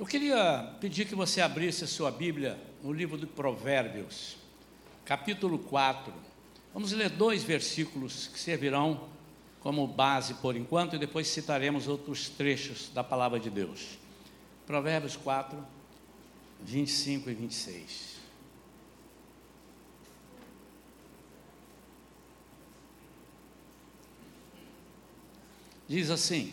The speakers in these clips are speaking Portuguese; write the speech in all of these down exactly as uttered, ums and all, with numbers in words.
Eu queria pedir que você abrisse a sua Bíblia no livro de Provérbios, capítulo quatro. Vamos ler dois versículos que servirão como base por enquanto, e depois citaremos outros trechos da palavra de Deus. Provérbios quatro, vinte e cinco e vinte e seis. Diz assim: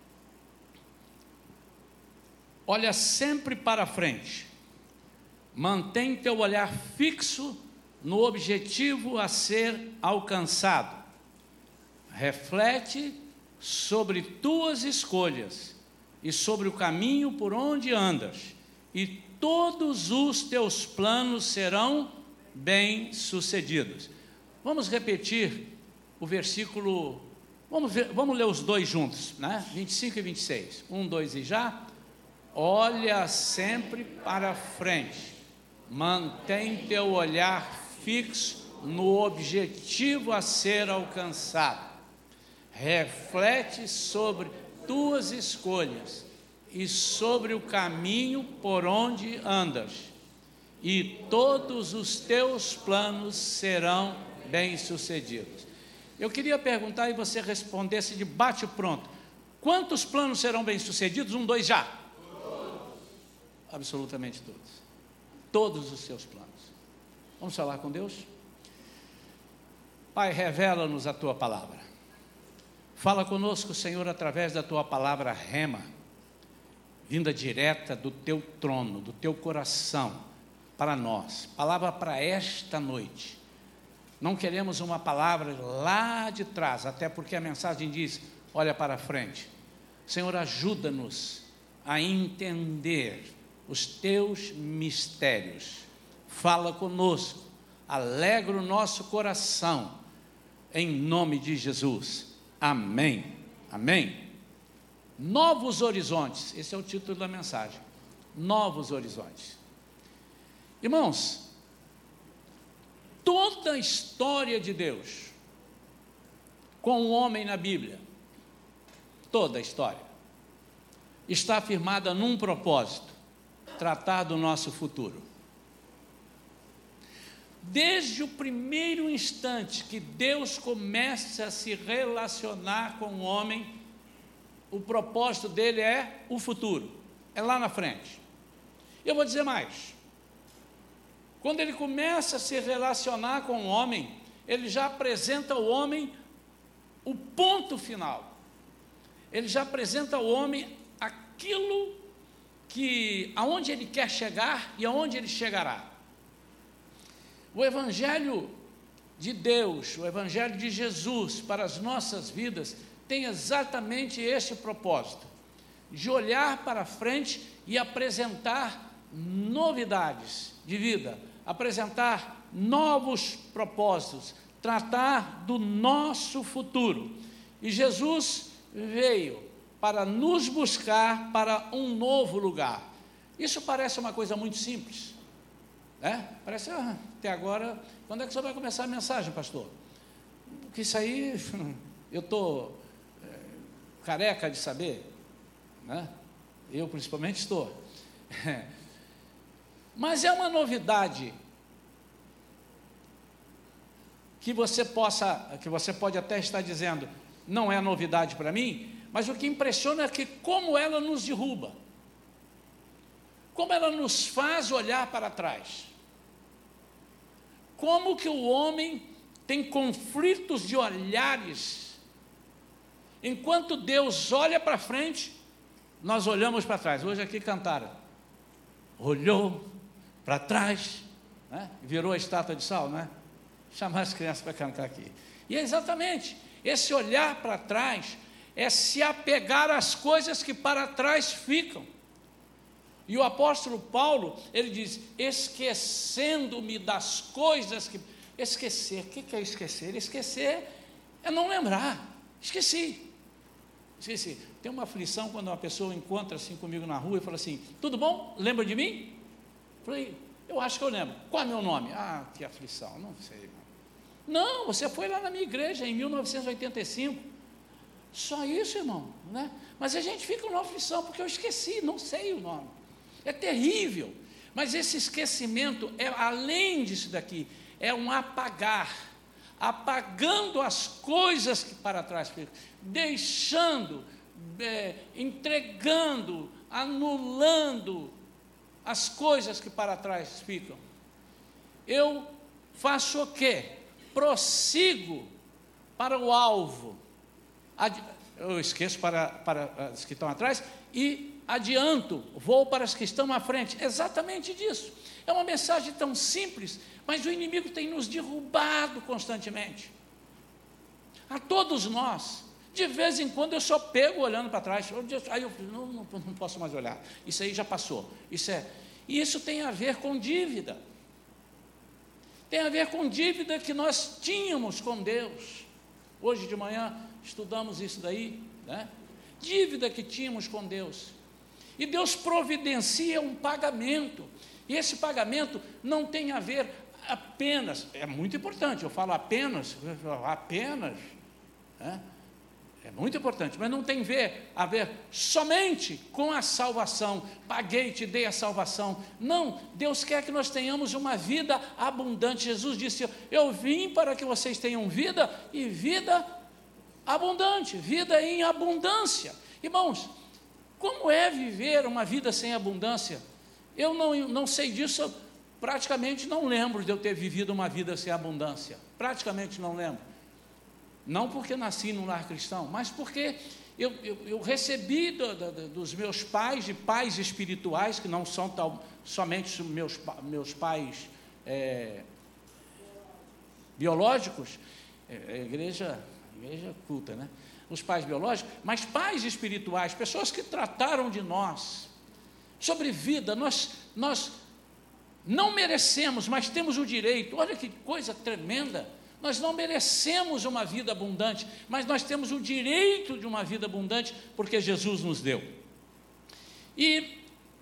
olha sempre para frente, mantém teu olhar fixo no objetivo a ser alcançado, reflete sobre tuas escolhas e sobre o caminho por onde andas, e todos os teus planos serão bem-sucedidos. Vamos repetir o versículo, vamos, ver, vamos ler os dois juntos, né? vinte e cinco e vinte e seis. Um, dois e já. Olha sempre para frente, mantém teu olhar fixo no objetivo a ser alcançado, reflete sobre tuas escolhas e sobre o caminho por onde andas, e todos os teus planos serão bem-sucedidos. Eu queria perguntar e você respondesse de bate-pronto: quantos planos serão bem-sucedidos? Um, dois, já. Absolutamente todos. Todos os seus planos. Vamos falar com Deus? Pai, revela-nos a Tua palavra. Fala conosco, Senhor, através da Tua palavra rema, vinda direta do Teu trono, do Teu coração, para nós. Palavra para esta noite. Não queremos uma palavra lá de trás, até porque a mensagem diz: olha para frente. Senhor, ajuda-nos a entender os Teus mistérios. Fala conosco, alegra o nosso coração, em nome de Jesus, amém, amém. Novos horizontes, esse é o título da mensagem, novos horizontes. Irmãos, toda a história de Deus, com o homem na Bíblia, toda a história, está firmada num propósito: tratar do nosso futuro. Desde o primeiro instante que Deus começa a se relacionar com o homem, o propósito dele é o futuro, é lá na frente. Eu vou dizer mais: quando ele começa a se relacionar com o homem, ele já apresenta ao homem o ponto final, ele já apresenta ao homem aquilo que, aonde ele quer chegar e aonde ele chegará. O Evangelho de Deus, o Evangelho de Jesus para as nossas vidas tem exatamente este propósito, de olhar para frente e apresentar novidades de vida, apresentar novos propósitos, tratar do nosso futuro. E Jesus veio para nos buscar para um novo lugar. Isso parece uma coisa muito simples, né? Parece, ah, até agora, quando é que você vai começar a mensagem, pastor? Porque isso aí, eu estou é, careca de saber, né? Eu principalmente estou. Mas é uma novidade que você possa, que você pode até estar dizendo, não é novidade para mim. Mas o que impressiona é que como ela nos derruba, como ela nos faz olhar para trás, como que o homem tem conflitos de olhares. Enquanto Deus olha para frente, nós olhamos para trás. Hoje aqui cantaram, olhou para trás, né? Virou a estátua de sal, né? Chamar as crianças para cantar aqui. E é exatamente esse olhar para trás, é se apegar às coisas que para trás ficam. E o apóstolo Paulo, ele diz, esquecendo-me das coisas que... Esquecer, o que é esquecer? Esquecer é não lembrar. Esqueci, esqueci. Tem uma aflição quando uma pessoa encontra assim comigo na rua e fala assim, tudo bom? Lembra de mim? Falei, eu acho que eu lembro. Qual é meu nome? Ah, que aflição, não sei. Não, você foi lá na minha igreja em mil novecentos e oitenta e cinco. Só isso, irmão, né? Mas a gente fica numa aflição, porque eu esqueci, não sei o nome. É terrível. Mas esse esquecimento, é, além disso daqui, é um apagar, apagando as coisas que para trás ficam, deixando, é, entregando, anulando as coisas que para trás ficam. Eu faço o quê? Prossigo para o alvo. Eu esqueço para, para as que estão atrás e adianto, vou para as que estão à frente. Exatamente disso. É uma mensagem tão simples, mas o inimigo tem nos derrubado constantemente. A todos nós. De vez em quando eu só pego olhando para trás. Aí eu não, não, não posso mais olhar. Isso aí já passou. Isso é, e isso tem a ver com dívida. Tem a ver com dívida que nós tínhamos com Deus. Hoje de manhã estudamos isso daí, né? Dívida que tínhamos com Deus. E Deus providencia um pagamento. E esse pagamento não tem a ver apenas, é muito importante, eu falo apenas, apenas, né? É muito importante, mas não tem a ver, a ver somente com a salvação. Paguei, te dei a salvação. Não, Deus quer que nós tenhamos uma vida abundante. Jesus disse, eu vim para que vocês tenham vida e vida abundante, vida em abundância. Irmãos, como é viver uma vida sem abundância? Eu não, não sei disso, eu praticamente não lembro de eu ter vivido uma vida sem abundância. Praticamente não lembro. Não porque nasci num lar cristão, mas porque eu, eu, eu recebi do, do, dos meus pais, de pais espirituais, que não são tal, somente meus, meus pais é, biológicos, é, igreja, igreja culta, né? Os pais biológicos, mas pais espirituais, pessoas que trataram de nós, sobre vida. Nós, nós não merecemos, mas temos o direito. Olha que coisa tremenda. Nós não merecemos uma vida abundante, mas nós temos o direito de uma vida abundante, porque Jesus nos deu. E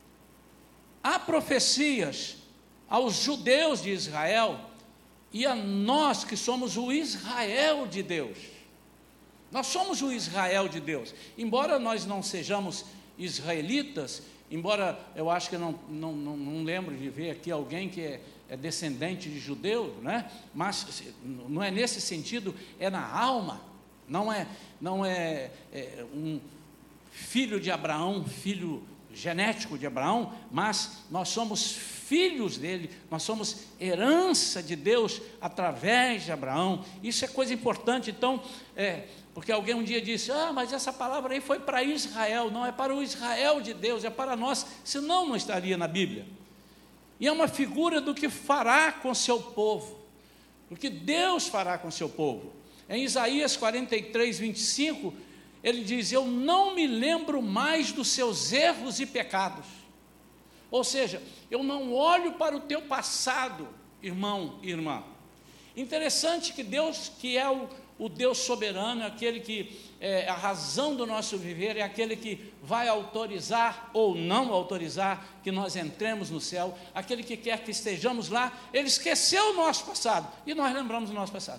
há profecias aos judeus de Israel, e a nós que somos o Israel de Deus. Nós somos o Israel de Deus. Embora nós não sejamos israelitas, embora eu acho que não, não, não, não lembro de ver aqui alguém que é, é descendente de judeu, né? Mas não é nesse sentido, é na alma, não é, não é, é um filho de Abraão, filho genético de Abraão, mas nós somos filhos dele, nós somos herança de Deus através de Abraão. Isso é coisa importante. Então, é, porque alguém um dia disse, ah, mas essa palavra aí foi para Israel. Não, é para o Israel de Deus, é para nós, senão não estaria na Bíblia. E é uma figura do que fará com seu povo, do que Deus fará com seu povo. Em Isaías quarenta e três, vinte e cinco, ele diz, eu não me lembro mais dos seus erros e pecados. Ou seja, eu não olho para o teu passado, irmão e irmã. Interessante que Deus, que é o, o Deus soberano, aquele que é a razão do nosso viver, é aquele que vai autorizar ou não autorizar que nós entremos no céu, aquele que quer que estejamos lá, ele esqueceu o nosso passado, e nós lembramos do nosso passado.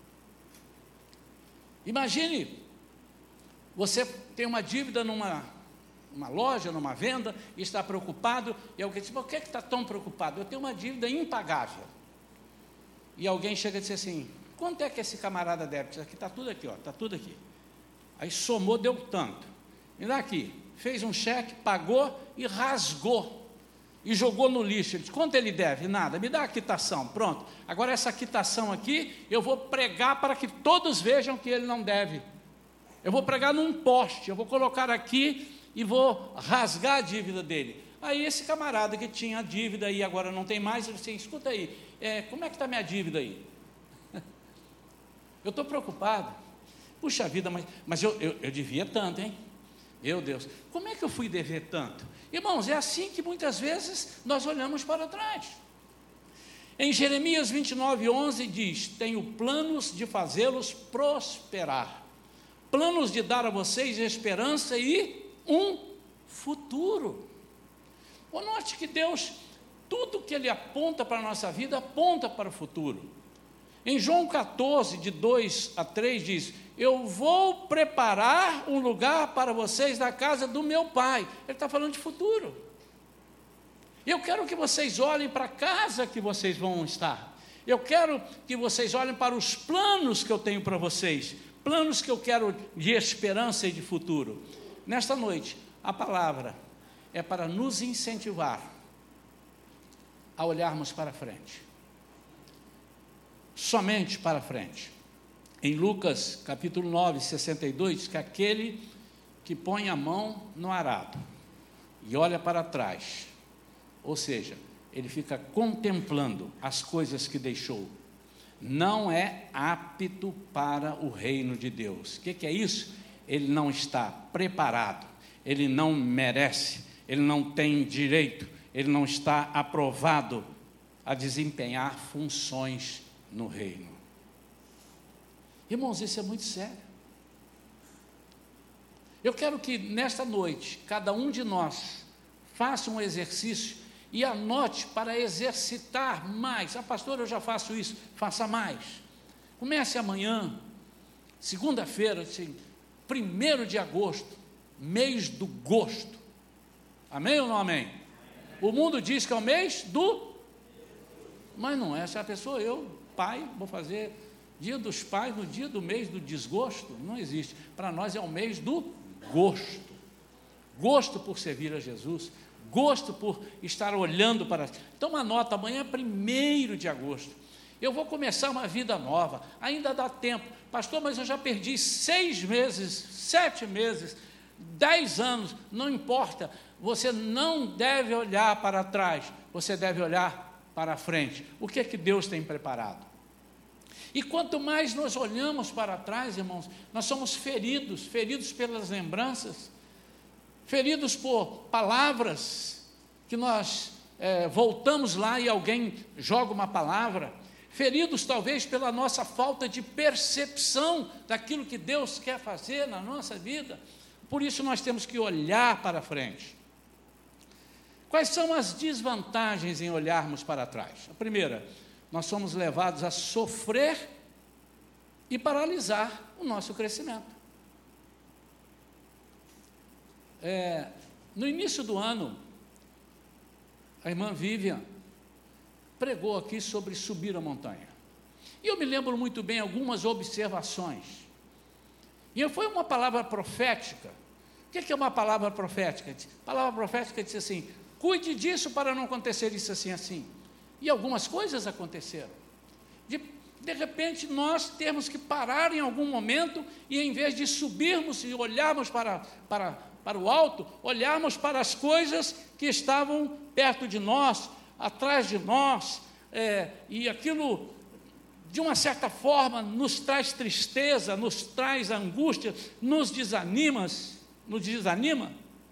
Imagine, você tem uma dívida numa... uma loja, numa venda, e está preocupado, e alguém diz, por que está tão preocupado? Eu tenho uma dívida impagável. E alguém chega e diz assim, quanto é que esse camarada deve? Diz, aqui está tudo aqui, ó, está tudo aqui. Aí somou, deu tanto. Me dá aqui, fez um cheque, pagou e rasgou. E jogou no lixo. Ele diz, quanto ele deve? Nada, me dá a quitação, pronto. Agora essa quitação aqui, eu vou pregar para que todos vejam que ele não deve. Eu vou pregar num poste, eu vou colocar aqui e vou rasgar a dívida dele. Aí esse camarada que tinha a dívida e agora não tem mais, ele disse, escuta aí, é, como é que está minha dívida aí? Eu estou preocupado. Puxa vida, mas, mas eu, eu, eu devia tanto, hein? Meu Deus, como é que eu fui dever tanto? Irmãos, é assim que muitas vezes nós olhamos para trás. Em Jeremias vinte e nove, onze diz, tenho planos de fazê-los prosperar, planos de dar a vocês esperança e um futuro. Ou note que Deus, tudo que Ele aponta para a nossa vida, aponta para o futuro. Em João catorze, de dois a três, diz, eu vou preparar um lugar para vocês na casa do meu Pai. Ele está falando de futuro. Eu quero que vocês olhem para a casa que vocês vão estar. Eu quero que vocês olhem para os planos que eu tenho para vocês, planos que eu quero de esperança e de futuro. Nesta noite, a palavra é para nos incentivar a olharmos para frente, somente para frente. Em Lucas capítulo nove, sessenta e dois, diz que aquele que põe a mão no arado e olha para trás, ou seja, ele fica contemplando as coisas que deixou, não é apto para o reino de Deus. O que, que é isso? Ele não está preparado, ele não merece, ele não tem direito, ele não está aprovado a desempenhar funções no reino. Irmãos, isso é muito sério. Eu quero que nesta noite, cada um de nós faça um exercício e anote para exercitar mais. Ah, pastor, eu já faço isso, faça mais. Comece amanhã, segunda-feira, assim, primeiro de agosto, mês do gosto. Amém ou não amém? O mundo diz que é o mês do... Mas não é, se a pessoa, eu, pai, vou fazer dia dos pais no dia do mês do desgosto, não existe. Para nós é o mês do gosto. Gosto por servir a Jesus, gosto por estar olhando para... Então anota, amanhã é primeiro de agosto. Eu vou começar uma vida nova, ainda dá tempo. Pastor, mas eu já perdi seis meses, sete meses, dez anos, não importa. Você não deve olhar para trás, você deve olhar para frente. O que é que Deus tem preparado? E quanto mais nós olhamos para trás, irmãos, nós somos feridos, feridos pelas lembranças, feridos por palavras, que nós é, voltamos lá e alguém joga uma palavra, feridos talvez pela nossa falta de percepção daquilo que Deus quer fazer na nossa vida. Por isso nós temos que olhar para frente. Quais são as desvantagens em olharmos para trás? A primeira, nós somos levados a sofrer e paralisar o nosso crescimento. É, no início do ano, a irmã Vivian pregou aqui sobre subir a montanha. E eu me lembro muito bem algumas observações. E foi uma palavra profética. O que é uma palavra profética? A palavra profética disse assim: cuide disso para não acontecer isso assim, assim. E algumas coisas aconteceram. De, de repente, nós temos que parar em algum momento e, em vez de subirmos e olharmos para, para, para o alto, olharmos para as coisas que estavam perto de nós, atrás de nós, é, e aquilo, de uma certa forma, nos traz tristeza, nos traz angústia, nos desanima, nos desanima.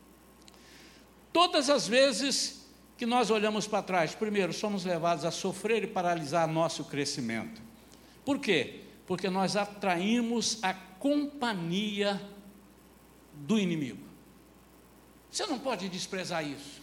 Todas as vezes que nós olhamos para trás, primeiro, somos levados a sofrer e paralisar nosso crescimento. Por quê? Porque nós atraímos a companhia do inimigo. Você não pode desprezar isso.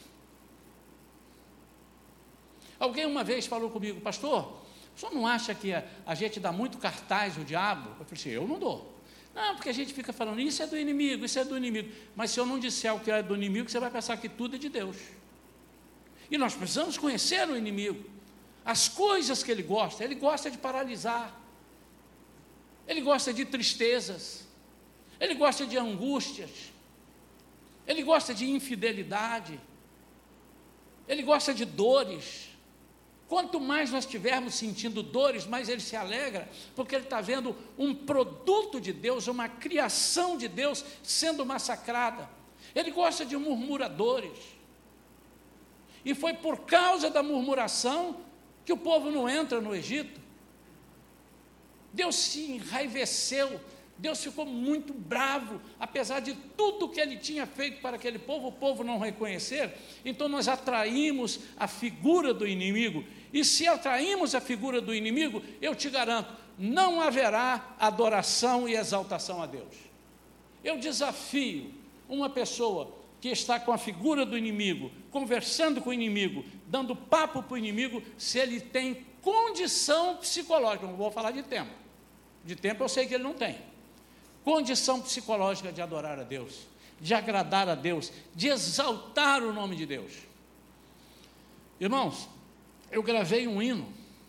Alguém uma vez falou comigo: pastor, o senhor não acha que a, a gente dá muito cartaz ao diabo? Eu falei assim: eu não dou. Não, porque a gente fica falando, isso é do inimigo, isso é do inimigo. Mas se eu não disser o que é do inimigo, você vai pensar que tudo é de Deus. E nós precisamos conhecer o inimigo, as coisas que ele gosta. Ele gosta de paralisar, ele gosta de tristezas, ele gosta de angústias, ele gosta de infidelidade, ele gosta de dores. Quanto mais nós estivermos sentindo dores, mais ele se alegra, porque ele está vendo um produto de Deus, uma criação de Deus sendo massacrada. Ele gosta de murmuradores. E foi por causa da murmuração que o povo não entra no Egito. Deus se enraiveceu, Deus ficou muito bravo, apesar de tudo que ele tinha feito para aquele povo, o povo não reconhecer. Então nós atraímos a figura do inimigo, e se atraímos a figura do inimigo, eu te garanto, não haverá adoração e exaltação a Deus. Eu desafio uma pessoa que está com a figura do inimigo, conversando com o inimigo, dando papo para o inimigo, se ele tem condição psicológica. Não vou falar de tempo, de tempo eu sei que ele não tem, condição psicológica de adorar a Deus, de agradar a Deus, de exaltar o nome de Deus. Irmãos, eu gravei um hino,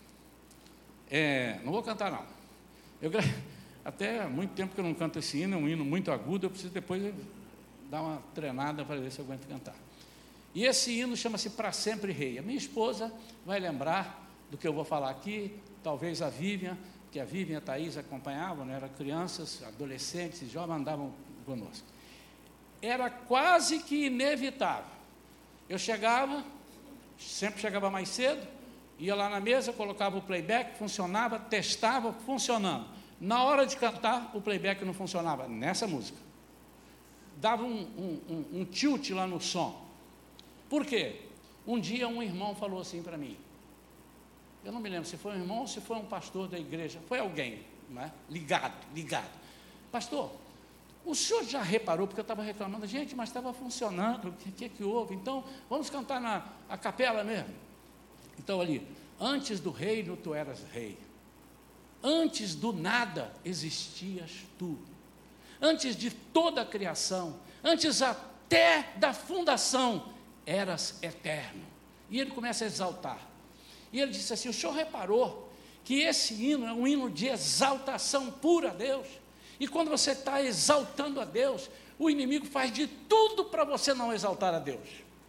é, não vou cantar não, eu gra... até há muito tempo que eu não canto esse hino, é um hino muito agudo, eu preciso depois dar uma treinada para ver se eu aguento cantar. E esse hino chama-se Para Sempre Rei. A minha esposa vai lembrar do que eu vou falar aqui, talvez a Vivian, que a Vivian e a Thaís acompanhavam, né? Eram crianças, adolescentes, jovens, andavam conosco. Era quase que inevitável. Eu chegava, sempre chegava mais cedo, ia lá na mesa, colocava o playback, funcionava, testava, funcionando. Na hora de cantar, o playback não funcionava, nessa música. Dava um, um, um, um tilt lá no som. Por quê? Um dia um irmão falou assim para mim, eu não me lembro se foi um irmão ou se foi um pastor da igreja, foi alguém, né? ligado, ligado. Pastor, o senhor já reparou, porque eu estava reclamando, gente, mas estava funcionando, o que, que que houve? Então, vamos cantar na a capela mesmo. Então ali, antes do reino tu eras rei, antes do nada existias tu, antes de toda a criação, antes até da fundação, eras eterno. E ele começa a exaltar. E ele disse assim, o senhor reparou que esse hino é um hino de exaltação pura a Deus? E quando você está exaltando a Deus, o inimigo faz de tudo para você não exaltar a Deus.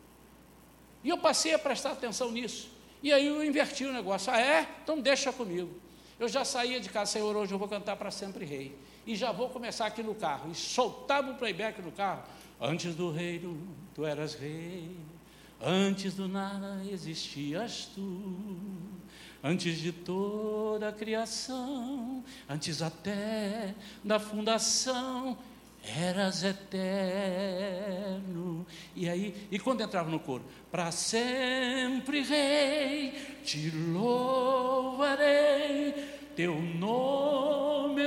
E eu passei a prestar atenção nisso. E aí eu inverti o negócio. Ah, é? Então deixa comigo. Eu já saía de casa, Senhor, hoje eu vou cantar Para Sempre Rei. E já vou começar aqui no carro. E soltava o playback no carro. Antes do reino, tu eras rei. Antes do nada existias tu. Antes de toda a criação, antes até da fundação, eras eterno. E aí, e quando entrava no coro, para sempre rei, te louvarei, teu nome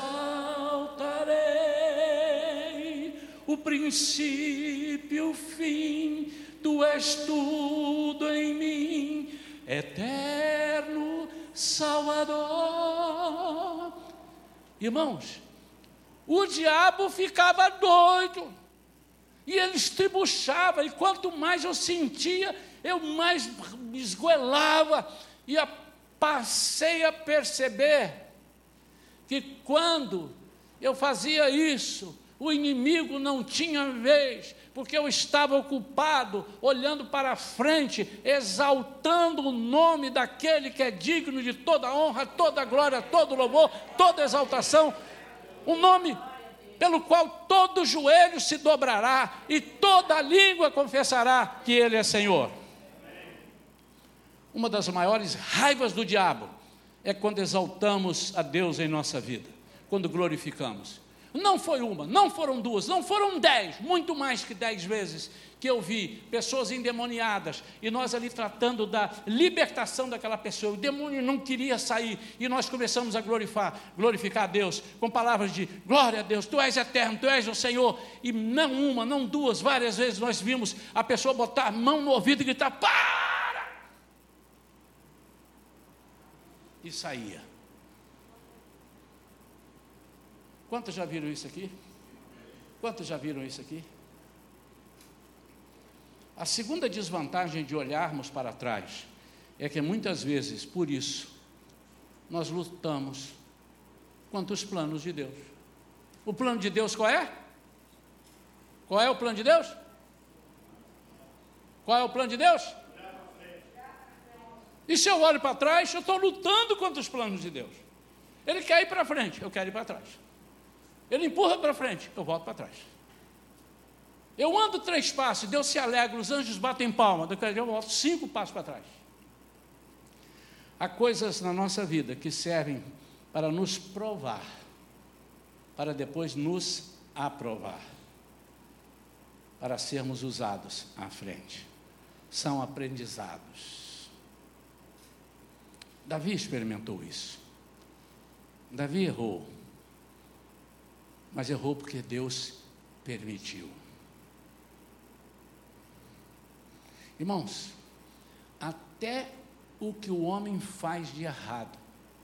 exaltarei, o princípio, o fim, tu és tudo em mim, eterno Salvador. Irmãos, o diabo ficava doido, e ele estribuchava, e quanto mais eu sentia, eu mais me esgoelava, e a, passei a perceber, que quando eu fazia isso, o inimigo não tinha vez, porque eu estava ocupado, olhando para frente, exaltando o nome daquele que é digno de toda honra, toda glória, todo louvor, toda exaltação, o nome pelo qual todo joelho se dobrará e toda língua confessará que Ele é Senhor. Uma das maiores raivas do diabo é quando exaltamos a Deus em nossa vida, quando glorificamos. Não foi uma, não foram duas, não foram dez, muito mais que dez vezes que eu vi pessoas endemoniadas, e nós ali tratando da libertação daquela pessoa, o demônio não queria sair, e nós começamos a glorificar, glorificar a Deus, com palavras de glória a Deus, tu és eterno, tu és o Senhor, e não uma, não duas, várias vezes nós vimos a pessoa botar a mão no ouvido e gritar, para! E saía. Quantos já viram isso aqui? Quantos já viram isso aqui? A segunda desvantagem de olharmos para trás é que muitas vezes, por isso, nós lutamos contra os planos de Deus. O plano de Deus qual é? Qual é o plano de Deus? Qual é o plano de Deus? E se eu olho para trás, eu estou lutando contra os planos de Deus. Ele quer ir para frente, eu quero ir para trás. Ele empurra para frente, eu volto para trás. Eu ando três passos, Deus se alegra, os anjos batem palma, eu volto cinco passos para trás. Há coisas na nossa vida que servem para nos provar, para depois nos aprovar, para sermos usados à frente. São aprendizados. Davi experimentou isso. Davi errou. Mas errou porque Deus permitiu. Irmãos, até o que o homem faz de errado,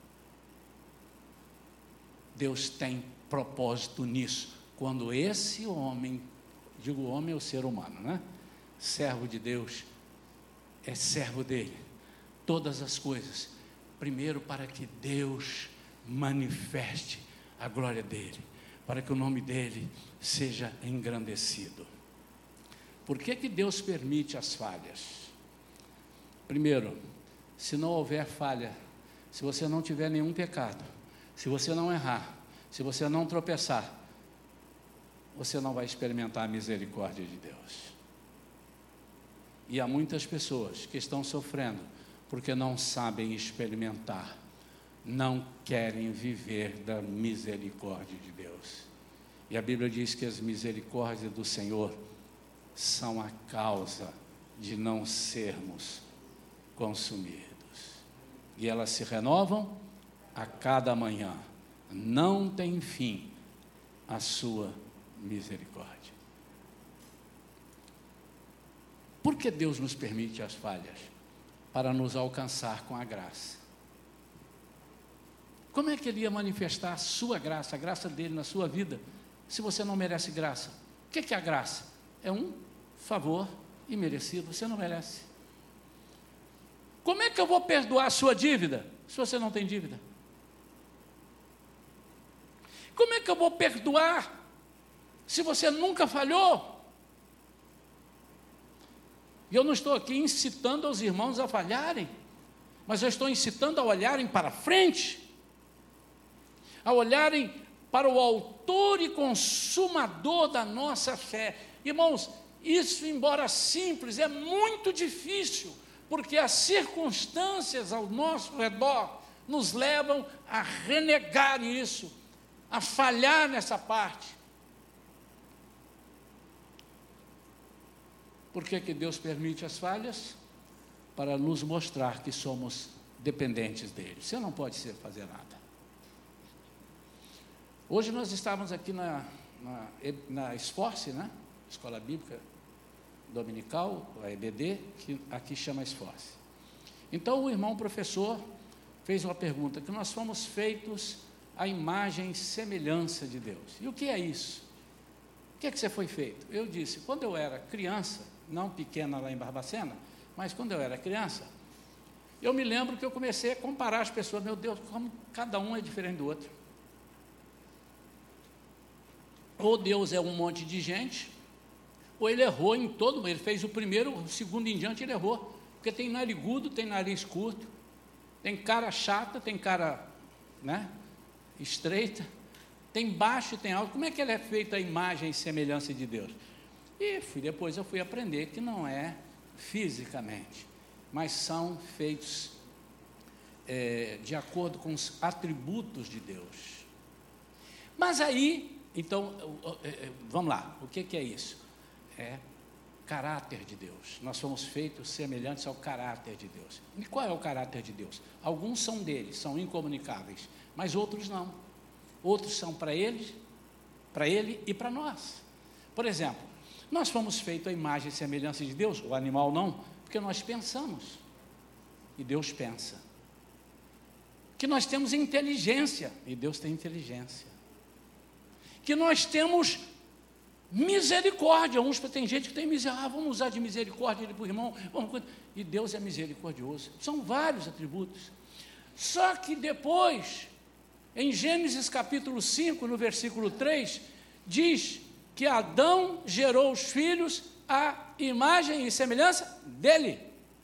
Deus tem propósito nisso. Quando esse homem, digo homem é o ser humano, né? Servo de Deus, é servo dele, todas as coisas, primeiro para que Deus manifeste a glória dele, para que o nome dele seja engrandecido. Por que que Deus permite as falhas? Primeiro, se não houver falha, se você não tiver nenhum pecado, se você não errar, se você não tropeçar, você não vai experimentar a misericórdia de Deus. E há muitas pessoas que estão sofrendo porque não sabem experimentar, não querem viver da misericórdia de Deus. E a Bíblia diz que as misericórdias do Senhor são a causa de não sermos consumidos. E elas se renovam a cada manhã. Não tem fim a sua misericórdia. Por que Deus nos permite as falhas? Para nos alcançar com a graça. Como é que Ele ia manifestar a sua graça, a graça dele na sua vida, se você não merece graça? O que é a graça? É um favor imerecido, você não merece. Como é que eu vou perdoar a sua dívida, se você não tem dívida? Como é que eu vou perdoar, se você nunca falhou? E eu não estou aqui incitando os irmãos a falharem, mas eu estou incitando a olharem para frente, a olharem para o autor e consumador da nossa fé. Irmãos, isso, embora simples, é muito difícil, porque as circunstâncias ao nosso redor nos levam a renegar isso, a falhar nessa parte. Por que que Deus permite as falhas? Para nos mostrar que somos dependentes dele. Você não pode fazer nada. Hoje nós estávamos aqui na, na, na Esforce, né? Escola Bíblica Dominical, a E B D, que aqui chama Esforce. Então o irmão professor fez uma pergunta, que nós fomos feitos à imagem e semelhança de Deus. E o que é isso? O que é que você foi feito? Eu disse, quando eu era criança, não pequena lá em Barbacena, mas quando eu era criança, eu me lembro que eu comecei a comparar as pessoas. Meu Deus, como cada um é diferente do outro. Ou Deus é um monte de gente, ou ele errou em todo, ele fez o primeiro, o segundo em diante ele errou, porque tem narigudo, tem nariz curto, tem cara chata, tem cara, né, estreita, tem baixo e tem alto. Como é que ele é feito a imagem e semelhança de Deus? E fui, depois eu fui aprender que não é fisicamente, mas são feitos é, de acordo com os atributos de Deus. Mas aí, então, vamos lá, o que que é isso? É caráter de Deus. Nós somos feitos semelhantes ao caráter de Deus. E qual é o caráter de Deus? Alguns são dele, são incomunicáveis, mas outros não. Outros são para ele, para ele e para nós. Por exemplo, nós fomos feitos à imagem e semelhança de Deus, o animal não, porque nós pensamos, e Deus pensa. Que nós temos inteligência, e Deus tem inteligência. Que nós temos misericórdia, uns tem gente que tem misericórdia, ah, vamos usar de misericórdia para o irmão, vamos, e Deus é misericordioso. São vários atributos. Só que depois, em Gênesis capítulo cinco, no versículo três, diz que Adão gerou os filhos à imagem e semelhança dele.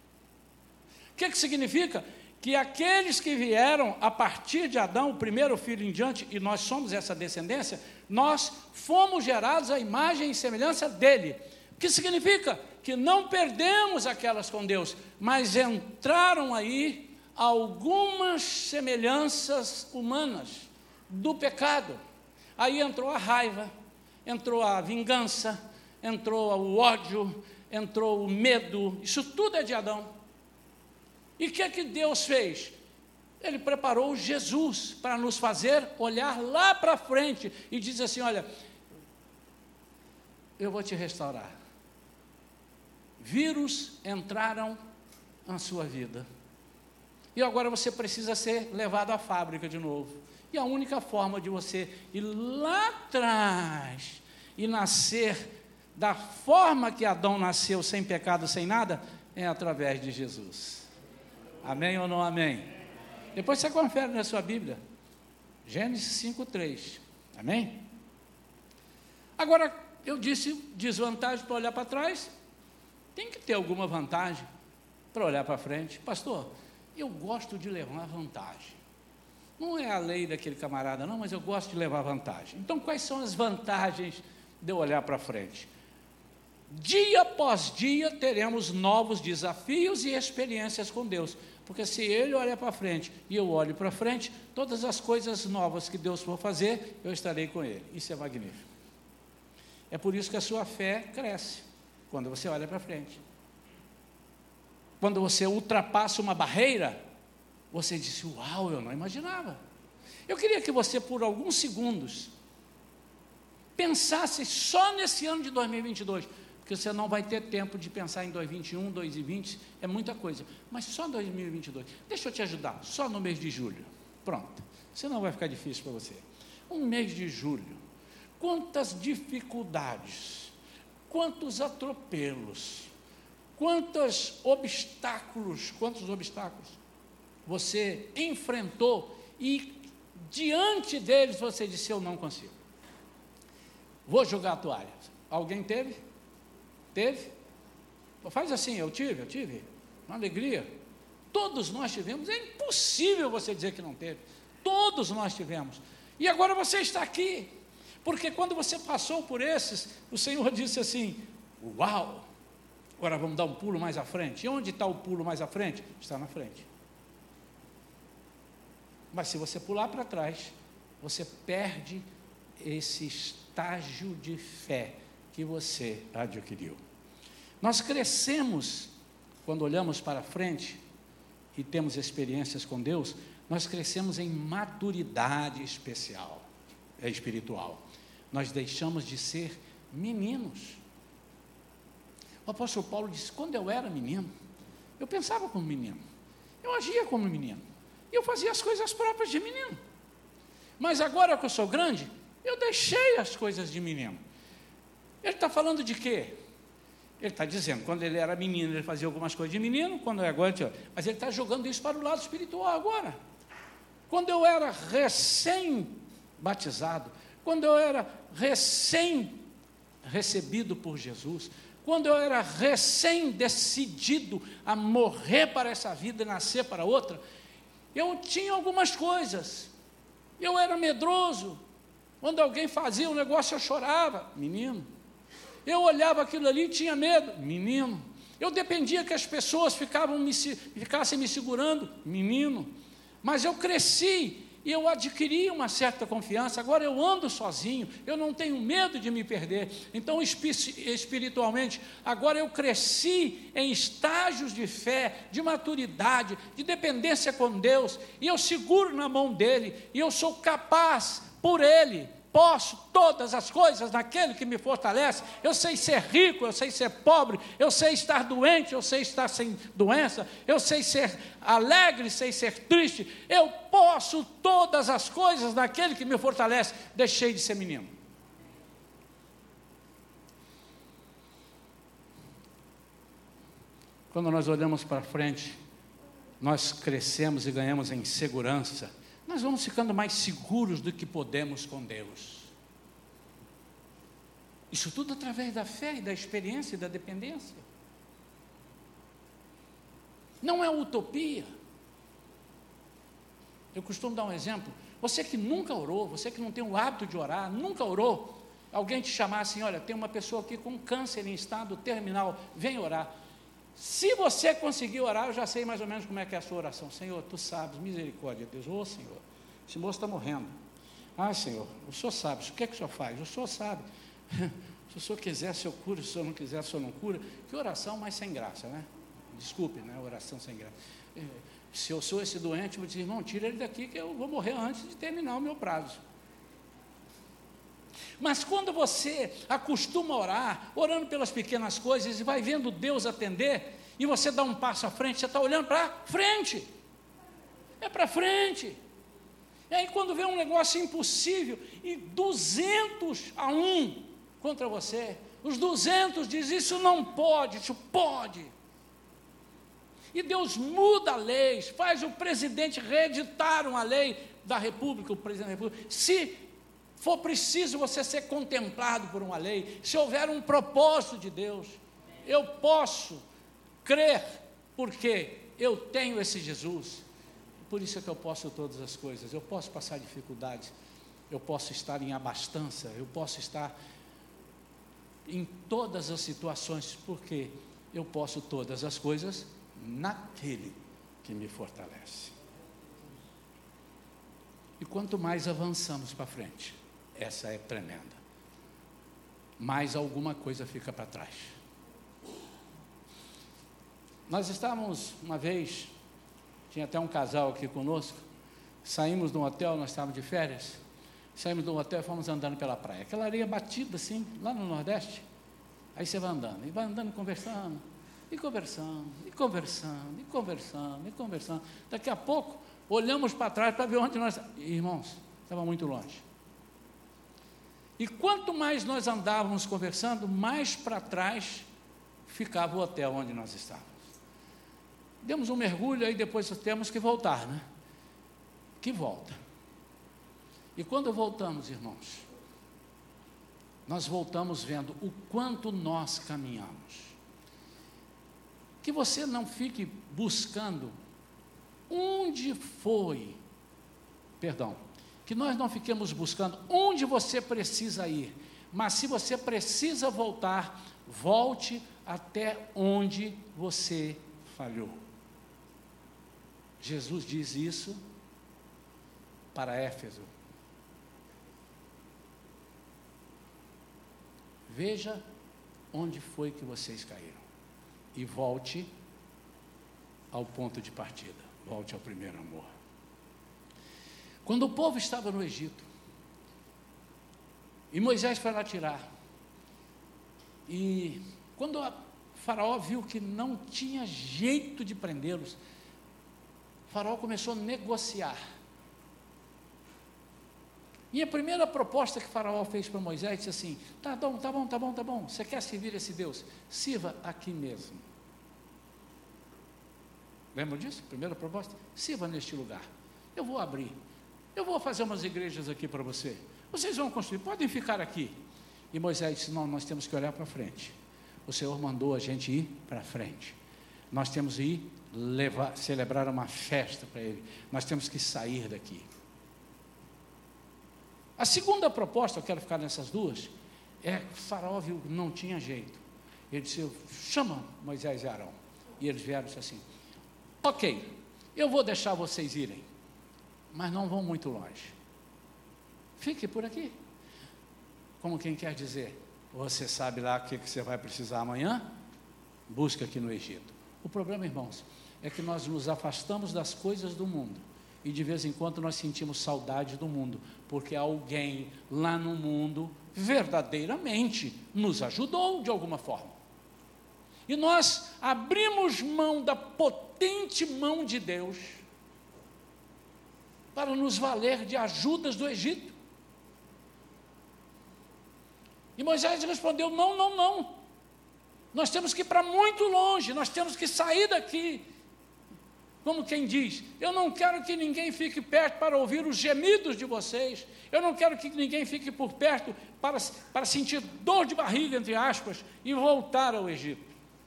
O que que significa? Que aqueles que vieram a partir de Adão, o primeiro filho em diante, e nós somos essa descendência, nós fomos gerados à imagem e semelhança dele. O que significa? Que não perdemos aquelas com Deus, mas entraram aí algumas semelhanças humanas do pecado. Aí entrou a raiva, entrou a vingança, entrou o ódio, entrou o medo, isso tudo é de Adão. E o que é que Deus fez? Ele preparou Jesus para nos fazer olhar lá para frente e diz assim, olha, eu vou te restaurar. Vírus entraram na sua vida. E agora você precisa ser levado à fábrica de novo. E a única forma de você ir lá atrás e nascer da forma que Adão nasceu, sem pecado, sem nada, é através de Jesus. Amém ou não amém? Depois você confere na sua Bíblia, Gênesis cinco, três. Amém? Agora, eu disse desvantagem para olhar para trás, tem que ter alguma vantagem para olhar para frente. Pastor, eu gosto de levar vantagem. Não é a lei daquele camarada não, mas eu gosto de levar vantagem. Então, quais são as vantagens de eu olhar para frente? Dia após dia teremos novos desafios e experiências com Deus, porque se Ele olha para frente e eu olho para frente, todas as coisas novas que Deus for fazer, eu estarei com Ele. Isso é magnífico. É por isso que a sua fé cresce, quando você olha para frente. Quando você ultrapassa uma barreira, você diz, uau, eu não imaginava. Eu queria que você, por alguns segundos, pensasse só nesse ano de dois mil e vinte e dois, porque você não vai ter tempo de pensar em dois mil e vinte e um, dois mil e vinte, é muita coisa, mas só dois mil e vinte e dois, deixa eu te ajudar, só no mês de julho, pronto, senão vai ficar difícil para você. Um mês de julho, quantas dificuldades, quantos atropelos, quantos obstáculos, quantos obstáculos você enfrentou e diante deles você disse, eu não consigo, vou jogar a toalha. Alguém teve? Teve? Faz assim, eu tive, eu tive, uma alegria, todos nós tivemos, é impossível você dizer que não teve, todos nós tivemos, e agora você está aqui, porque quando você passou por esses, o Senhor disse assim, uau, agora vamos dar um pulo mais à frente. E onde está o pulo mais à frente? Está na frente. Mas se você pular para trás, você perde esse estágio de fé que você adquiriu. Nós crescemos, quando olhamos para frente e temos experiências com Deus, nós crescemos em maturidade especial, é espiritual. Nós deixamos de ser meninos. O apóstolo Paulo disse, quando eu era menino, eu pensava como menino, eu agia como menino, eu fazia as coisas próprias de menino, mas agora que eu sou grande, eu deixei as coisas de menino. Ele está falando de quê? Ele está dizendo, quando ele era menino, ele fazia algumas coisas de menino, quando é agora, mas ele está jogando isso para o lado espiritual agora. Quando eu era recém-batizado, quando eu era recém-recebido por Jesus, quando eu era recém-decidido a morrer para essa vida e nascer para outra, eu tinha algumas coisas, eu era medroso, quando alguém fazia um negócio eu chorava, menino, eu olhava aquilo ali e tinha medo, menino, eu dependia que as pessoas ficavam me, ficassem me segurando, menino, mas eu cresci, e eu adquiri uma certa confiança, agora eu ando sozinho, eu não tenho medo de me perder, então espiritualmente, agora eu cresci em estágios de fé, de maturidade, de dependência com Deus, e eu seguro na mão dEle, e eu sou capaz, por Ele, posso todas as coisas naquele que me fortalece, eu sei ser rico, eu sei ser pobre, eu sei estar doente, eu sei estar sem doença, eu sei ser alegre, sei ser triste, eu posso todas as coisas naquele que me fortalece, deixei de ser menino. Quando nós olhamos para frente, nós crescemos e ganhamos em segurança, nós vamos ficando mais seguros do que podemos com Deus. Isso tudo através da fé e da experiência e da dependência. Não é utopia. Eu costumo dar um exemplo. Você que nunca orou, você que não tem o hábito de orar, nunca orou, alguém te chamar assim, olha, tem uma pessoa aqui com câncer em estado terminal, vem orar. Se você conseguir orar, eu já sei mais ou menos como é que é a sua oração. Senhor, Tu sabes, misericórdia, Deus. Ô Senhor, esse moço está morrendo. Ah, Senhor, o Senhor sabe, o que é que o Senhor faz? O Senhor sabe. Se o Senhor quiser, o Senhor cura, se o Senhor não quiser, o Senhor não cura. Que oração mais sem graça, né? Desculpe, né? Oração sem graça. Se eu sou esse doente, eu vou dizer, irmão, tira ele daqui que eu vou morrer antes de terminar o meu prazo. Mas quando você acostuma a orar, orando pelas pequenas coisas, e vai vendo Deus atender, e você dá um passo à frente, você está olhando para frente, é para frente, e aí quando vê um negócio impossível, e duzentos a um contra você, os duzentos dizem, isso não pode, isso pode, e Deus muda leis, faz o presidente reeditar uma lei da República, o presidente da República. Se for preciso você ser contemplado por uma lei, se houver um propósito de Deus, eu posso crer, porque eu tenho esse Jesus. Por isso é que eu posso todas as coisas. Eu posso passar dificuldades, eu posso estar em abastança, eu posso estar em todas as situações, porque eu posso todas as coisas naquele que me fortalece. E quanto mais avançamos para frente, essa é tremenda, mais alguma coisa fica para trás. Nós estávamos uma vez, tinha até um casal aqui conosco, saímos de um hotel, nós estávamos de férias, saímos do hotel e fomos andando pela praia, aquela areia batida assim, lá no Nordeste. Aí você vai andando, e vai andando conversando, e conversando, e conversando, e conversando, e conversando. Daqui a pouco, olhamos para trás para ver onde nós... Irmãos, estava muito longe. E quanto mais nós andávamos conversando, mais para trás ficava o hotel onde nós estávamos. Demos um mergulho, aí depois temos que voltar, né? Que volta. E quando voltamos, irmãos, nós voltamos vendo o quanto nós caminhamos. Que você não fique buscando onde foi, perdão, que nós não fiquemos buscando onde você precisa ir, mas se você precisa voltar, volte até onde você falhou. Jesus diz isso para Éfeso. Veja onde foi que vocês caíram e volte ao ponto de partida, volte ao primeiro amor. Quando o povo estava no Egito, e Moisés foi lá tirar, e quando a Faraó viu que não tinha jeito de prendê-los, Faraó começou a negociar. E a primeira proposta que Faraó fez para Moisés, disse assim: tá bom, tá bom, tá bom, tá bom, você quer servir esse Deus? Sirva aqui mesmo. Lembram disso? Primeira proposta? Sirva neste lugar. Eu vou abrir, eu vou fazer umas igrejas aqui para você, vocês vão construir, podem ficar aqui. E Moisés disse: não, nós temos que olhar para frente. O Senhor mandou a gente ir para frente. Nós temos que ir levar, celebrar uma festa para Ele. Nós temos que sair daqui. A segunda proposta, eu quero ficar nessas duas, é que Faraó viu que não tinha jeito. Ele disse: chama Moisés e Arão. E eles vieram e disseram assim: ok, eu vou deixar vocês irem, mas não vão muito longe. Fique por aqui. Como quem quer dizer: você sabe lá o que você vai precisar amanhã? Busca aqui no Egito. O problema, irmãos, é que nós nos afastamos das coisas do mundo e de vez em quando nós sentimos saudade do mundo, porque alguém lá no mundo verdadeiramente nos ajudou de alguma forma. E nós abrimos mão da potente mão de Deus para nos valer de ajudas do Egito. E Moisés respondeu: não, não, não, nós temos que ir para muito longe, nós temos que sair daqui. Como quem diz: eu não quero que ninguém fique perto para ouvir os gemidos de vocês, eu não quero que ninguém fique por perto para, para sentir dor de barriga, entre aspas, e voltar ao Egito.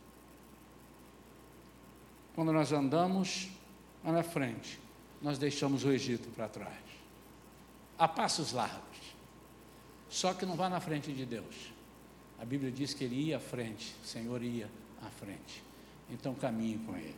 Quando nós andamos lá na frente, nós deixamos o Egito para trás, a passos largos. Só que não vá na frente de Deus. A Bíblia diz que Ele ia à frente, o Senhor ia à frente. Então caminhe com Ele.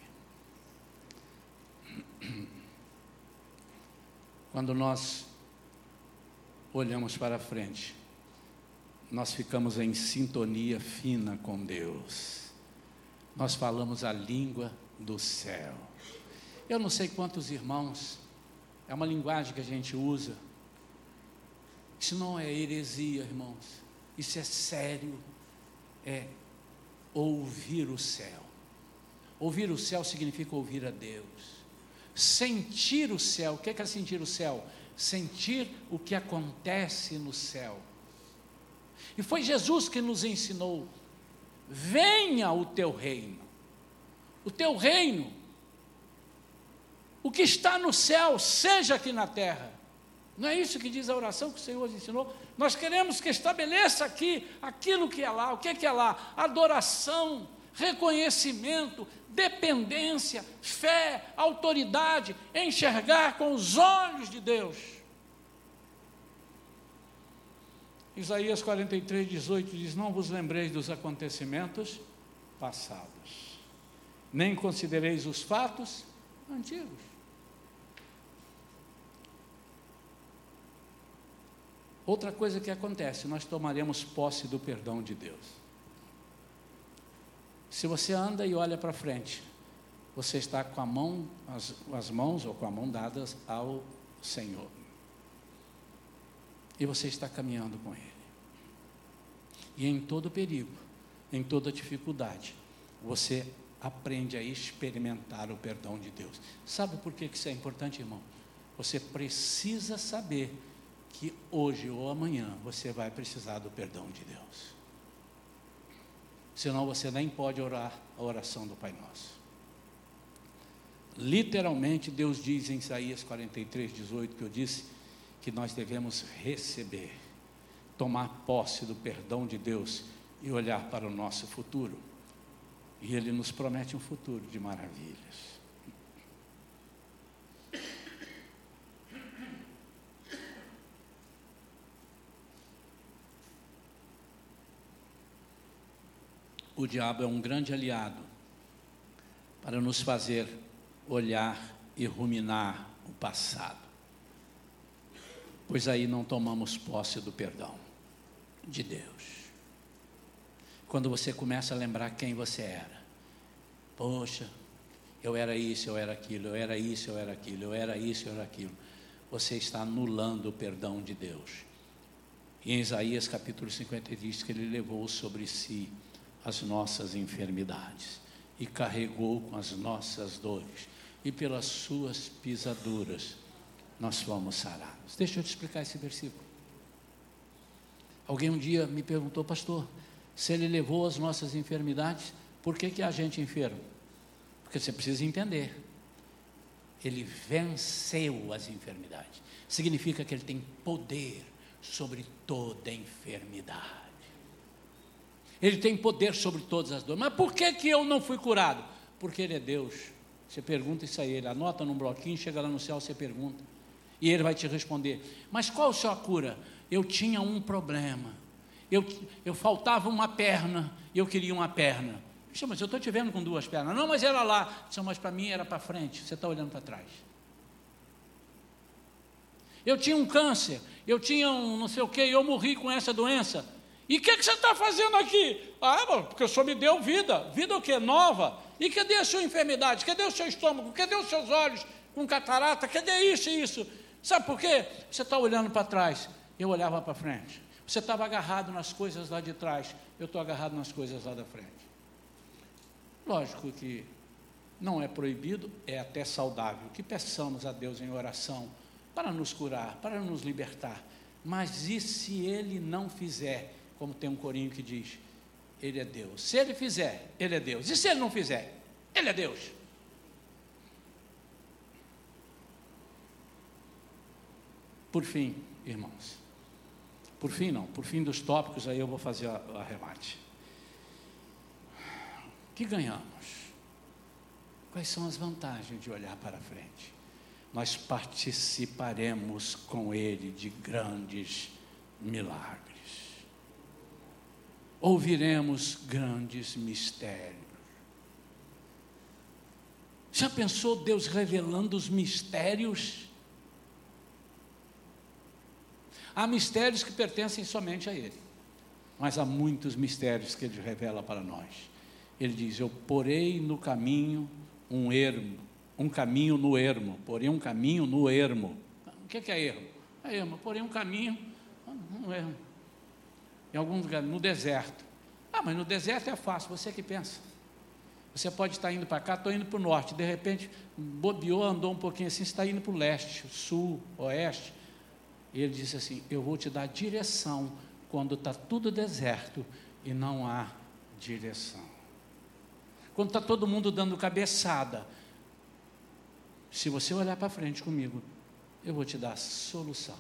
Quando nós olhamos para frente, nós ficamos em sintonia fina com Deus. Nós falamos a língua do céu. Eu não sei quantos irmãos, é uma linguagem que a gente usa. Isso não é heresia, irmãos. Isso é sério. É ouvir o céu. Ouvir o céu significa ouvir a Deus. Sentir o céu. O que é sentir o céu? Sentir o que acontece no céu. E foi Jesus que nos ensinou: venha o teu reino. O teu reino o que está no céu, seja aqui na terra. Não é isso que diz a oração que o Senhor ensinou? Nós queremos que estabeleça aqui aquilo que é lá. O que é que é lá? Adoração, reconhecimento, dependência, fé, autoridade, enxergar com os olhos de Deus. Isaías quarenta e três, dezoito diz: não vos lembreis dos acontecimentos passados, nem considereis os fatos antigos. Outra coisa que acontece, nós tomaremos posse do perdão de Deus. Se você anda e olha para frente, você está com a mão, as, as mãos ou com a mão dadas ao Senhor. E você está caminhando com Ele. E em todo perigo, em toda dificuldade, você aprende a experimentar o perdão de Deus. Sabe por que isso é importante, irmão? Você precisa saber que hoje ou amanhã você vai precisar do perdão de Deus. Senão você nem pode orar a oração do Pai Nosso. Literalmente Deus diz em Isaías quarenta e três, dezoito, que eu disse, que nós devemos receber, tomar posse do perdão de Deus e olhar para o nosso futuro. E Ele nos promete um futuro de maravilhas. O diabo é um grande aliado para nos fazer olhar e ruminar o passado, pois aí não tomamos posse do perdão de Deus. Quando você começa a lembrar quem você era, poxa, eu era isso, eu era aquilo, eu era isso, eu era aquilo, eu era isso, eu era aquilo, você está anulando o perdão de Deus. E em Isaías capítulo cinquenta diz que Ele levou sobre si as nossas enfermidades e carregou com as nossas dores, e pelas suas pisaduras nós fomos sarados. Deixa eu te explicar esse versículo. Alguém um dia me perguntou: pastor, se Ele levou as nossas enfermidades, por que que a gente é enfermo? Porque você precisa entender, Ele venceu as enfermidades, significa que Ele tem poder sobre toda enfermidade. Ele tem poder sobre todas as dores. Mas por que que eu não fui curado? Porque Ele é Deus. Você pergunta isso a Ele, anota num bloquinho, chega lá no céu, você pergunta, e Ele vai te responder. Mas qual a sua cura? Eu tinha um problema, eu, eu faltava uma perna, e eu queria uma perna. Puxa, mas eu estou te vendo com duas pernas. Não, mas era lá. Disse, mas para mim era para frente, você está olhando para trás. Eu tinha um câncer, eu tinha um não sei o que, eu morri com essa doença. E o que, que você está fazendo aqui? Ah, porque o Senhor me deu vida. Vida o quê? Nova. E cadê a sua enfermidade? Cadê o seu estômago? Cadê os seus olhos com catarata? Cadê isso e isso? Sabe por quê? Você está olhando para trás, eu olhava para frente. Você estava agarrado nas coisas lá de trás, eu estou agarrado nas coisas lá da frente. Lógico que não é proibido, é até saudável que peçamos a Deus em oração para nos curar, para nos libertar. Mas e se Ele não fizer? Como tem um corinho que diz, Ele é Deus. Se Ele fizer, Ele é Deus. E se Ele não fizer, Ele é Deus. Por fim, irmãos, por fim não, por fim dos tópicos, aí eu vou fazer a, a remate. O que ganhamos? Quais são as vantagens de olhar para frente? Nós participaremos com Ele de grandes milagres. Ouviremos grandes mistérios. Já pensou Deus revelando os mistérios? Há mistérios que pertencem somente a Ele, mas há muitos mistérios que Ele revela para nós. Ele diz, eu porei no caminho um ermo, um caminho no ermo, porém um caminho no ermo. O que é ermo? É ermo, porém um caminho no ermo. Em algum lugar, no deserto. Ah, mas no deserto é fácil, você que pensa. Você pode estar indo para cá, estou indo para o norte, de repente, bobeou, andou um pouquinho assim, você está indo para o leste, sul, oeste. E ele disse assim, eu vou te dar direção quando está tudo deserto e não há direção. Quando está todo mundo dando cabeçada, Se você olhar para frente comigo, eu vou te dar a solução.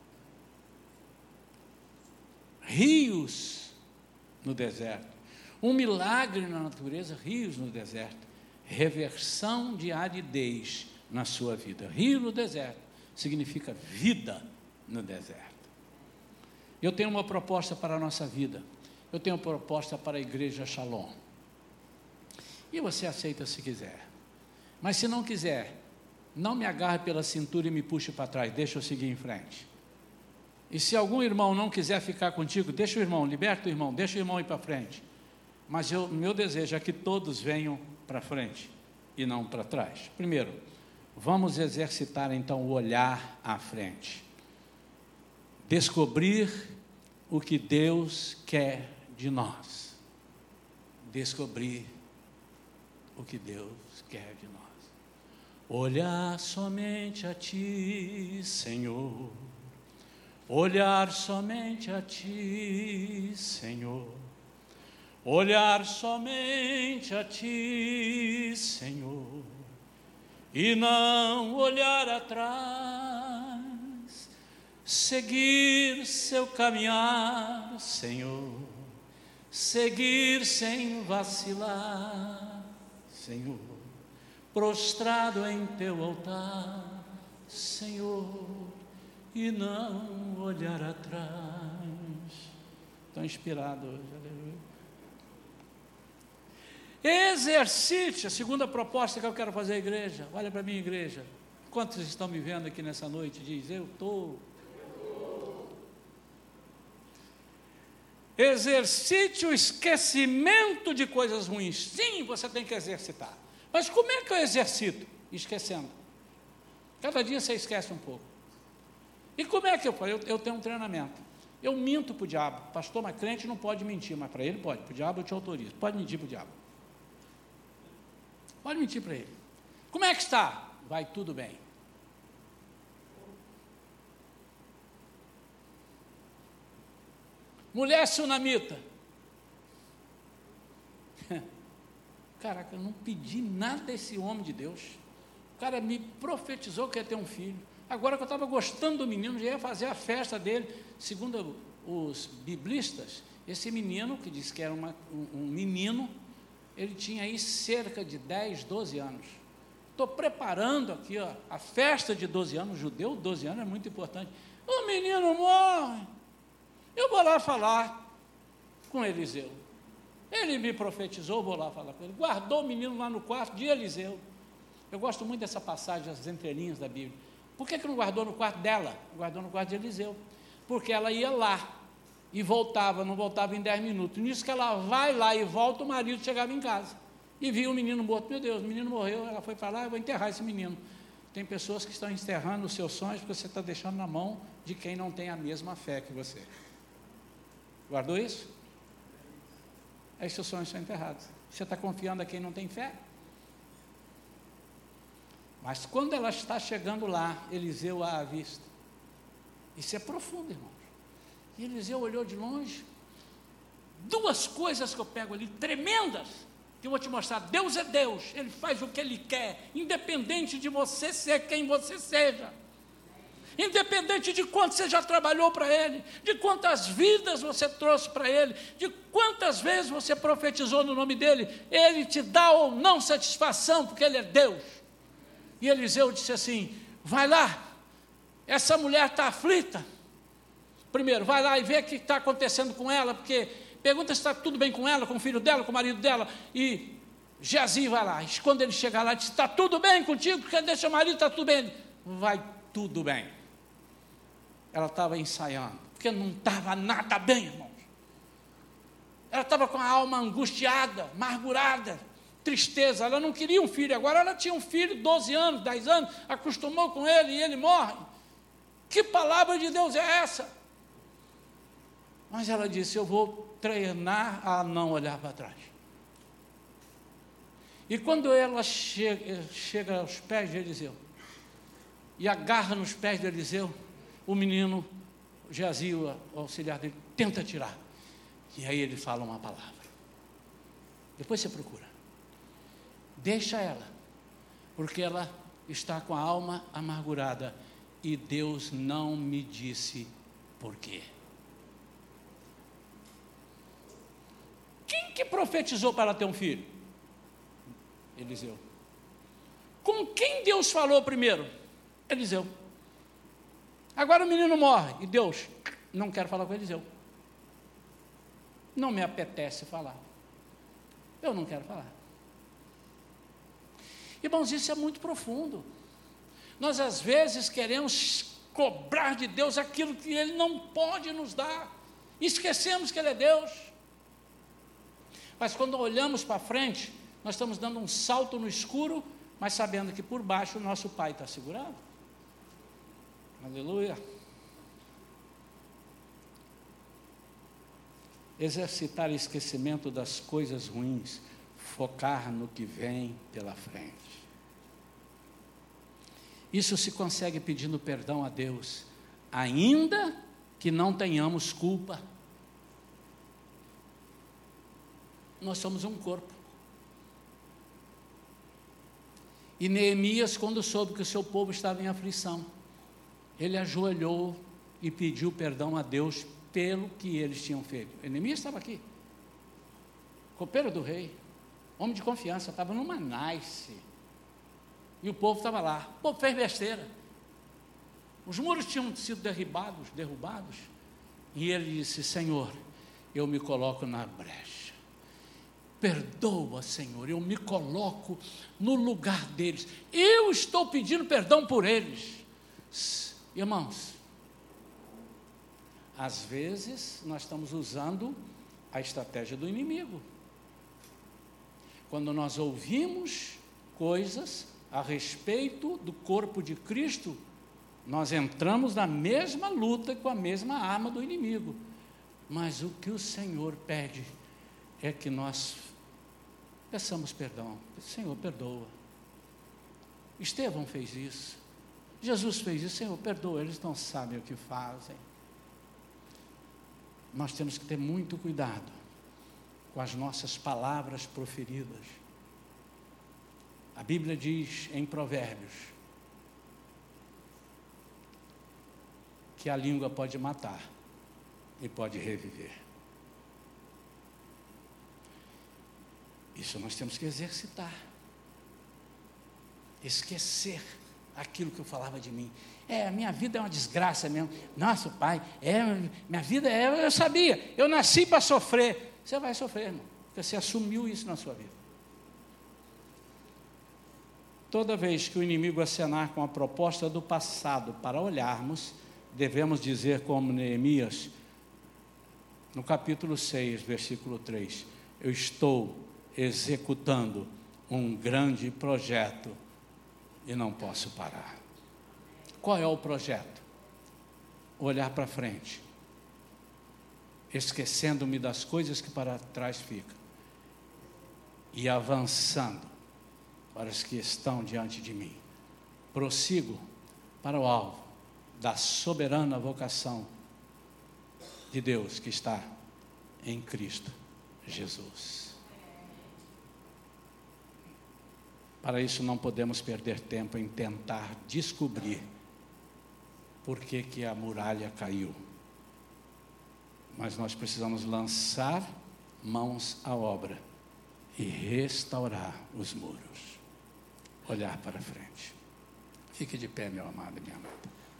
Rios no deserto. Um milagre na natureza, rios no deserto. Reversão de aridez na sua vida. Rio no deserto significa vida no deserto. Eu tenho uma proposta para a nossa vida. Eu tenho uma proposta para a igreja Shalom. E você aceita se quiser. Mas se não quiser, não me agarre pela cintura e me puxe para trás, deixa eu seguir em frente. E se algum irmão não quiser ficar contigo, deixa o irmão, liberta o irmão, deixa o irmão ir para frente. Mas o meu desejo é que todos venham para frente e não para trás. Primeiro, vamos exercitar então o olhar à frente. Descobrir o que Deus quer de nós. Descobrir o que Deus quer de nós. Olhar somente a Ti, Senhor. Olhar somente a Ti, Senhor. Olhar somente a Ti, Senhor. E não olhar atrás. Seguir seu caminhar, Senhor. Seguir sem vacilar, Senhor. Prostrado em Teu altar, Senhor. E não olhar atrás. Estou inspirado hoje, aleluia. Exercite, a segunda proposta que eu quero fazer à igreja. Olha para mim, igreja. Quantos estão me vendo aqui nessa noite? Diz, eu estou. Exercite o esquecimento de coisas ruins. Sim, você tem que exercitar. Mas como é que eu exercito? Esquecendo. Cada dia você esquece um pouco. E como é que eu faço? Eu, eu tenho um treinamento. Eu minto para o diabo. Pastor, mas crente não pode mentir, mas para ele pode. Para o diabo eu te autorizo. Pode mentir para o diabo. Pode mentir para ele. Como é que está? Vai tudo bem. Mulher sunamita. Caraca, eu não pedi nada a esse homem de Deus. O cara me profetizou que ia ter um filho. Agora que eu estava gostando do menino, já ia fazer a festa dele. Segundo os biblistas, esse menino, que disse que era uma, um, um menino, ele tinha aí cerca de dez, doze anos. Estou preparando aqui ó, a festa de doze anos, judeu, doze anos é muito importante. O menino morre. Eu vou lá falar com Eliseu. Ele me profetizou, vou lá falar com ele. Guardou o menino lá no quarto de Eliseu. Eu gosto muito dessa passagem, as entrelinhas da Bíblia. Por que que não guardou no quarto dela? Guardou no quarto de Eliseu. Porque ela ia lá e voltava, não voltava em dez minutos. Nisso que ela vai lá e volta, o marido chegava em casa e viu o menino morto. Meu Deus, o menino morreu. Ela foi para lá, eu vou enterrar esse menino. Tem pessoas que estão enterrando os seus sonhos porque você está deixando na mão de quem não tem a mesma fé que você. Guardou isso? Aí seus sonhos são enterrados. Você está confiando a quem não tem fé? Mas quando ela está chegando lá, Eliseu a avista. Isso é profundo, irmãos. E Eliseu olhou de longe. Duas coisas que eu pego ali, tremendas, que eu vou te mostrar. Deus é Deus, Ele faz o que Ele quer, independente de você ser quem você seja. Independente de quanto você já trabalhou para Ele, de quantas vidas você trouxe para Ele, de quantas vezes você profetizou no nome dEle, Ele te dá ou não satisfação, porque Ele é Deus. E Eliseu disse assim, vai lá, essa mulher está aflita. Primeiro, vai lá e vê o que está acontecendo com ela, porque pergunta se está tudo bem com ela, com o filho dela, com o marido dela, e Geazi vai lá, e quando ele chegar lá, diz, está tudo bem contigo, porque deixa o marido, está tudo bem. Vai tudo bem. Ela estava ensaiando, porque não estava nada bem, irmãos. Ela estava com a alma angustiada, amargurada, tristeza, ela não queria um filho, agora ela tinha um filho, doze anos, dez anos, acostumou com ele e ele morre. Que palavra de Deus é essa? Mas ela disse, eu vou treinar a não olhar para trás. E quando ela chega, chega aos pés de Eliseu, e agarra nos pés de Eliseu, o menino, Geazi, o auxiliar dele, tenta tirar. E aí ele fala uma palavra. Depois você procura. Deixa ela, porque ela está com a alma amargurada e Deus não me disse por quê. Quem que profetizou para ter um filho? Eliseu. Com quem Deus falou primeiro? Eliseu. Agora o menino morre e Deus, não quero falar com Eliseu. Não me apetece falar. Eu não quero falar. Irmãos, isso é muito profundo. Nós às vezes queremos cobrar de Deus aquilo que Ele não pode nos dar. Esquecemos que Ele é Deus. Mas quando olhamos para frente, nós estamos dando um salto no escuro, mas sabendo que por baixo o nosso Pai está segurado. Aleluia. Exercitar esquecimento das coisas ruins, focar no que vem pela frente. Isso se consegue pedindo perdão a Deus, ainda que não tenhamos culpa. Nós somos um corpo. E Neemias, quando soube que o seu povo estava em aflição, ele ajoelhou e pediu perdão a Deus pelo que eles tinham feito. Neemias estava aqui, copeiro do rei, homem de confiança, estava numa nice, e o povo estava lá. O povo fez besteira, os muros tinham sido derribados, derrubados, e ele disse: Senhor, eu me coloco na brecha, perdoa, Senhor, eu me coloco no lugar deles, eu estou pedindo perdão por eles. Irmãos, às vezes nós estamos usando a estratégia do inimigo. Quando nós ouvimos coisas a respeito do corpo de Cristo, nós entramos na mesma luta com a mesma arma do inimigo. Mas o que o Senhor pede é que nós peçamos perdão. Senhor, perdoa. Estevão fez isso. Jesus fez isso. Senhor, perdoa. Eles não sabem o que fazem. Nós temos que ter muito cuidado com as nossas palavras proferidas. A Bíblia diz em Provérbios que a língua pode matar e pode reviver. Isso nós temos que exercitar. Esquecer aquilo que eu falava de mim. É, a minha vida é uma desgraça mesmo. Nossa, pai, é, minha vida é, eu sabia, eu nasci para sofrer. Você vai sofrer, irmão, porque você assumiu isso na sua vida. Toda vez que o inimigo acenar com a proposta do passado para olharmos, devemos dizer como Neemias, no capítulo seis, versículo três, eu estou executando um grande projeto e não posso parar. Qual é o projeto? Olhar para frente, esquecendo-me das coisas que para trás ficam e avançando para os que estão diante de mim. Prossigo para o alvo da soberana vocação de Deus que está em Cristo Jesus. Para isso não podemos perder tempo em tentar descobrir por que que a muralha caiu. Mas nós precisamos lançar mãos à obra e restaurar os muros. Olhar para frente. Fique de pé, meu amado e minha amada.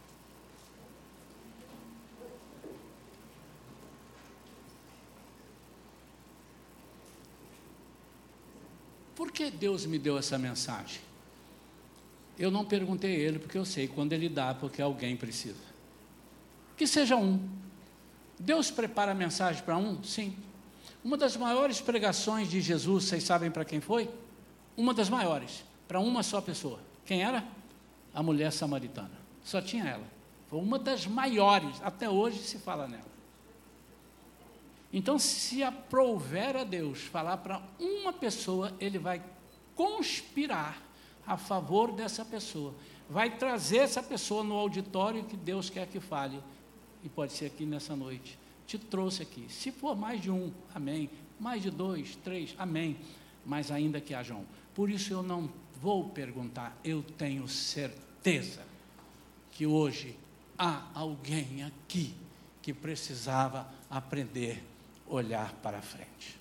Por que Deus me deu essa mensagem? Eu não perguntei a Ele, porque eu sei, quando Ele dá, porque alguém precisa. Que seja um. Deus prepara a mensagem para um? Sim. Uma das maiores pregações de Jesus, vocês sabem para quem foi? Uma das maiores, para uma só pessoa. Quem era? A mulher samaritana. Só tinha ela. Foi uma das maiores, até hoje se fala nela. Então, se aprouver a Deus falar para uma pessoa, Ele vai conspirar a favor dessa pessoa, vai trazer essa pessoa no auditório que Deus quer que fale, e pode ser aqui nessa noite, te trouxe aqui, se for mais de um, amém, mais de dois, três, amém, mas ainda que haja um. Por isso eu não vou perguntar, eu tenho certeza que hoje há alguém aqui que precisava aprender a olhar para frente.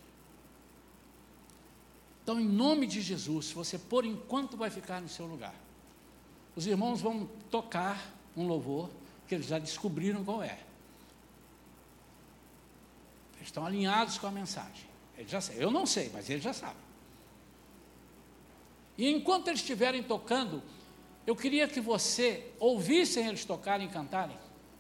Então, em nome de Jesus, você por enquanto vai ficar no seu lugar. Os irmãos vão tocar um louvor que eles já descobriram qual é. Eles estão alinhados com a mensagem. Eles já sabem. Eu não sei, mas eles já sabem. E enquanto eles estiverem tocando, eu queria que você ouvissem eles tocarem e cantarem.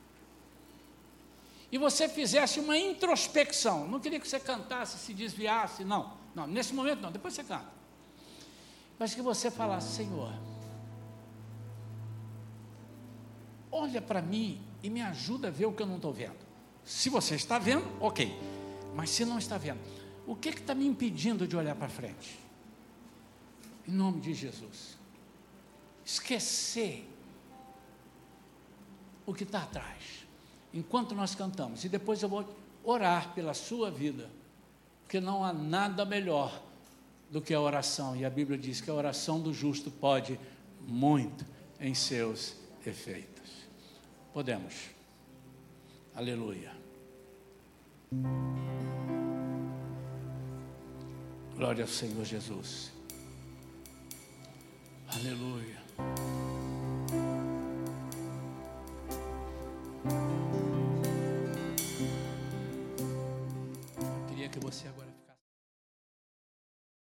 E você fizesse uma introspecção. Não queria que você cantasse, se desviasse, não. Não, nesse momento não, depois você canta. Mas que você falasse, Senhor, olha para mim e me ajuda a ver o que eu não estou vendo. Se você está vendo, ok. Mas se não está vendo, o que está me impedindo de olhar para frente? Em nome de Jesus. Esquecer o que está atrás, enquanto nós cantamos. E depois eu vou orar pela sua vida, porque não há nada melhor do que a oração. E a Bíblia diz que a oração do justo pode muito em seus efeitos. Podemos. Aleluia. Glória ao Senhor Jesus. Aleluia.